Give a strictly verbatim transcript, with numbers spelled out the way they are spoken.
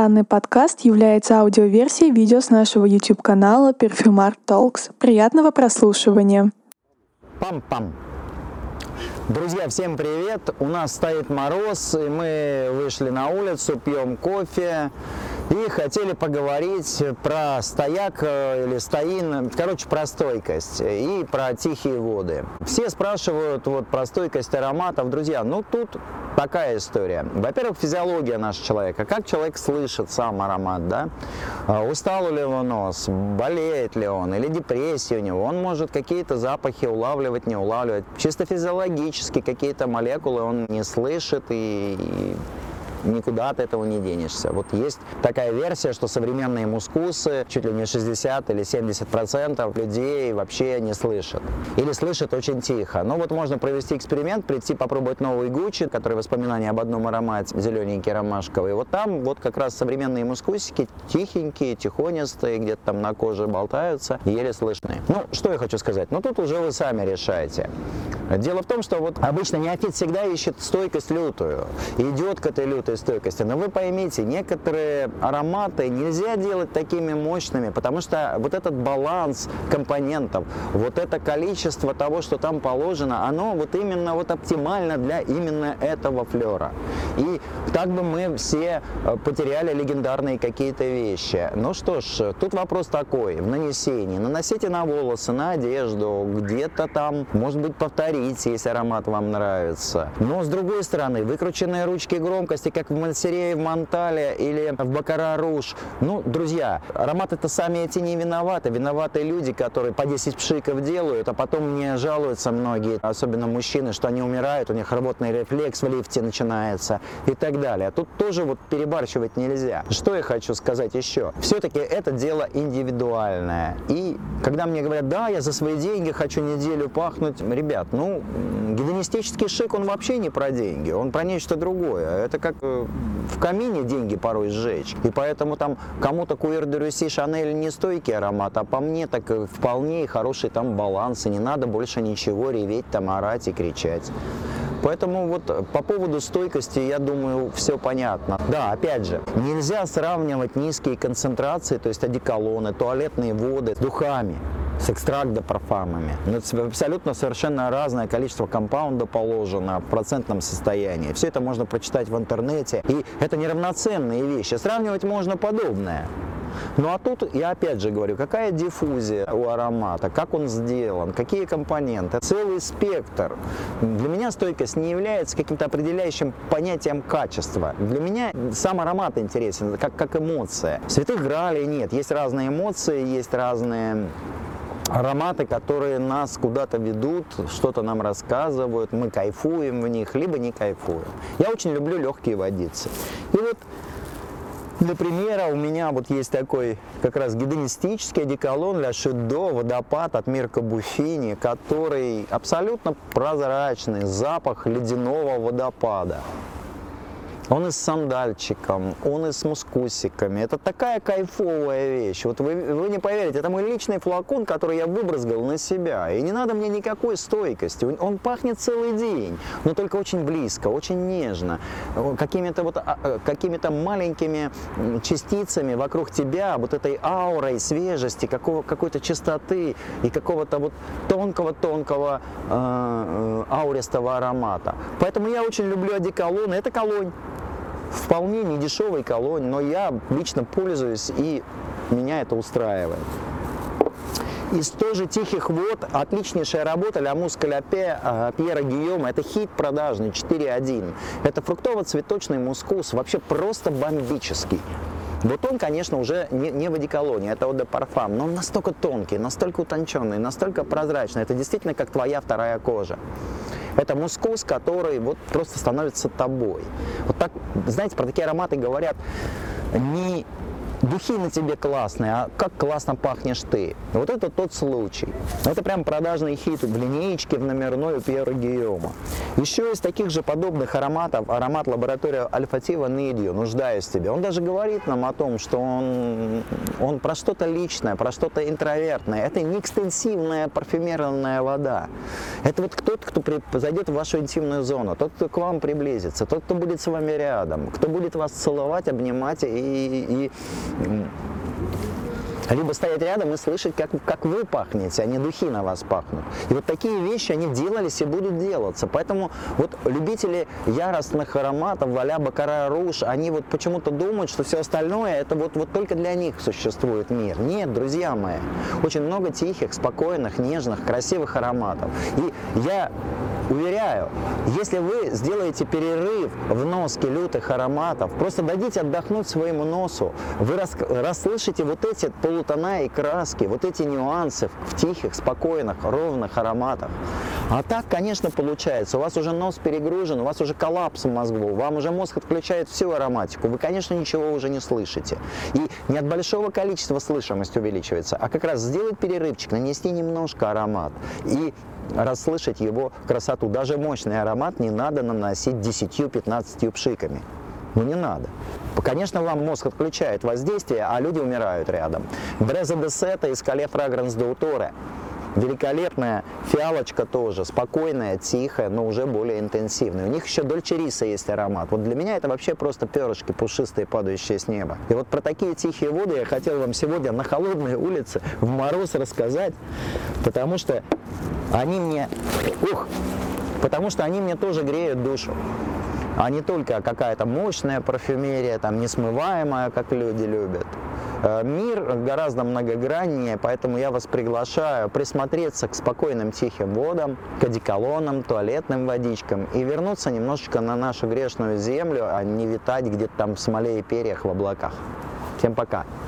Данный подкаст является аудиоверсией видео с нашего YouTube-канала Perfumart Talks. Приятного прослушивания! Пам-пам! Друзья, всем привет! У нас стоит мороз, и мы вышли на улицу, пьем кофе и хотели поговорить про стояк или стоин, короче, про стойкость и про тихие воды. Все спрашивают вот про стойкость ароматов. Друзья, ну тут такая история. Во-первых, физиология нашего человека. Как человек слышит сам аромат, да? Устал ли его нос, болеет ли он, или депрессия у него. Он может какие-то запахи улавливать, не улавливать. Чисто физиологически какие-то молекулы он не слышит и... никуда от этого не денешься. Вот есть такая версия, что современные мускусы, чуть ли не шестьдесят или семьдесят процентов людей вообще не слышат. Или слышат очень тихо. Ну вот можно провести эксперимент, прийти попробовать новый Гуччи, который воспоминания об одном аромате, зелененький, ромашковый. Вот там вот как раз современные мускусики, тихенькие, тихонистые, где-то там на коже болтаются, еле слышны. Ну, что я хочу сказать? Ну тут уже вы сами решаете. Дело в том, что вот обычно неофит всегда ищет стойкость лютую, идет к этой лютой стойкости. Но вы поймите, некоторые ароматы нельзя делать такими мощными, потому что вот этот баланс компонентов, вот это количество того, что там положено, оно вот именно вот оптимально для именно этого флера. И так бы мы все потеряли легендарные какие-то вещи. Ну что ж, тут вопрос такой, в нанесении. Наносите на волосы, на одежду, где-то там, может быть, повторите, если аромат вам нравится. Но с другой стороны, выкрученные ручки громкости, как в Мансерее, в Монтале или в Баккара Руж. Ну, друзья, ароматы-то сами эти не виноваты. Виноваты люди, которые по десять пшиков делают, а потом мне жалуются многие, особенно мужчины, что они умирают, у них рвотный рефлекс в лифте начинается и так далее. Тут тоже вот перебарщивать нельзя. Что я хочу сказать еще? Все-таки это дело индивидуальное. И когда мне говорят, да, я за свои деньги хочу неделю пахнуть, ребят, ну, гедонистический шик, он вообще не про деньги, он про нечто другое. Это как в камине деньги порой сжечь. И поэтому там кому-то Куир де Рюсси, Шанель не стойкий аромат, а по мне так вполне хороший там баланс. И не надо больше ничего реветь, там орать и кричать. Поэтому вот по поводу стойкости, я думаю, все понятно. Да, опять же, нельзя сравнивать низкие концентрации, то есть одеколоны, туалетные воды с духами, с экстракт-парфамами. Но это абсолютно совершенно разное количество компаунда положено в процентном состоянии. Все это можно прочитать в интернете. И это неравноценные вещи. Сравнивать можно подобное. Ну а тут я опять же говорю, какая диффузия у аромата, как он сделан, какие компоненты, целый спектр. Для меня стойкость не является каким-то определяющим понятием качества. Для меня сам аромат интересен, как, как эмоция. Святых Граалей нет, есть разные эмоции, есть разные ароматы, которые нас куда-то ведут, что-то нам рассказывают, мы кайфуем в них, либо не кайфуем. Я очень люблю легкие водицы. И вот для примера у меня вот есть такой как раз гедонистический одеколон Ля Шидо Водопад от Мирко Буффини, который абсолютно прозрачный, запах ледяного водопада. Он и с сандальчиком, он и с мускусиками. Это такая кайфовая вещь. Вот вы, вы не поверите, это мой личный флакон, который я выбрызгал на себя. И не надо мне никакой стойкости. Он, он пахнет целый день, но только очень близко, очень нежно. Какими-то вот, какими-то маленькими частицами вокруг тебя, вот этой аурой свежести, какого, какой-то чистоты и какого-то вот тонкого-тонкого э, ауристого аромата. Поэтому я очень люблю одеколоны. Это колонь. Вполне недешевый колонь, но я лично пользуюсь, и меня это устраивает. Из тоже тихих вод отличнейшая работа Ля Муск Ля Пе Пьера Гийома. Это хит продажный четыре один. Это фруктово-цветочный мускус, вообще просто бомбический. Вот он, конечно, уже не, не в одеколоне, это Eau de Parfum, но он настолько тонкий, настолько утонченный, настолько прозрачный. Это действительно как твоя вторая кожа. Это мускус, который вот просто становится тобой. Вот так, знаете, про такие ароматы говорят, не духи на тебе классные, а как классно пахнешь ты. Вот это тот случай. Это прям продажный хит в линеечке в номерной у Пьера Гийома. Еще из таких же подобных ароматов аромат лаборатория Альфатива Нидью, нуждаюсь в тебе. Он даже говорит нам о том, что он, он про что-то личное, про что-то интровертное. Это не экстенсивная парфюмированная вода. Это вот кто-то, кто при, зайдет в вашу интимную зону, тот, кто к вам приблизится, тот, кто будет с вами рядом, кто будет вас целовать, обнимать и, и либо стоять рядом и слышать, как, как вы пахнете, а не духи на вас пахнут. И вот такие вещи, они делались и будут делаться. Поэтому вот любители яростных ароматов, а-ля Баккара Руж, они вот почему-то думают, что все остальное, это вот, вот только для них существует мир. Нет, друзья мои, очень много тихих, спокойных, нежных, красивых ароматов. И я уверяю, если вы сделаете перерыв в носке лютых ароматов, просто дадите отдохнуть своему носу, вы рас, расслышите вот эти полутона и краски, вот эти нюансы в тихих, спокойных, ровных ароматах. А так, конечно, получается, у вас уже нос перегружен, у вас уже коллапс мозгов, вам уже мозг отключает всю ароматику, вы, конечно, ничего уже не слышите. И не от большого количества слышимость увеличивается, а как раз сделать перерывчик, нанести немножко аромат и расслышать его красоту. Даже мощный аромат не надо наносить десятью-пятнадцатью пшиками. Ну не надо. Конечно, вам мозг отключает воздействие, а люди умирают рядом. Бреза де Сета из Calais Fragrance d'Autore. Великолепная фиалочка тоже, спокойная, тихая, но уже более интенсивная. У них еще Дольче Риса есть аромат. Вот для меня это вообще просто перышки пушистые, падающие с неба. И вот про такие тихие воды я хотел вам сегодня на холодной улице в мороз рассказать, потому что они мне, ух, потому что они мне тоже греют душу. А не только какая-то мощная парфюмерия, там, несмываемая, как люди любят. Мир гораздо многограннее, поэтому я вас приглашаю присмотреться к спокойным тихим водам, к одеколонам, туалетным водичкам и вернуться немножечко на нашу грешную землю, а не витать где-то там в смоле и перьях в облаках. Всем пока!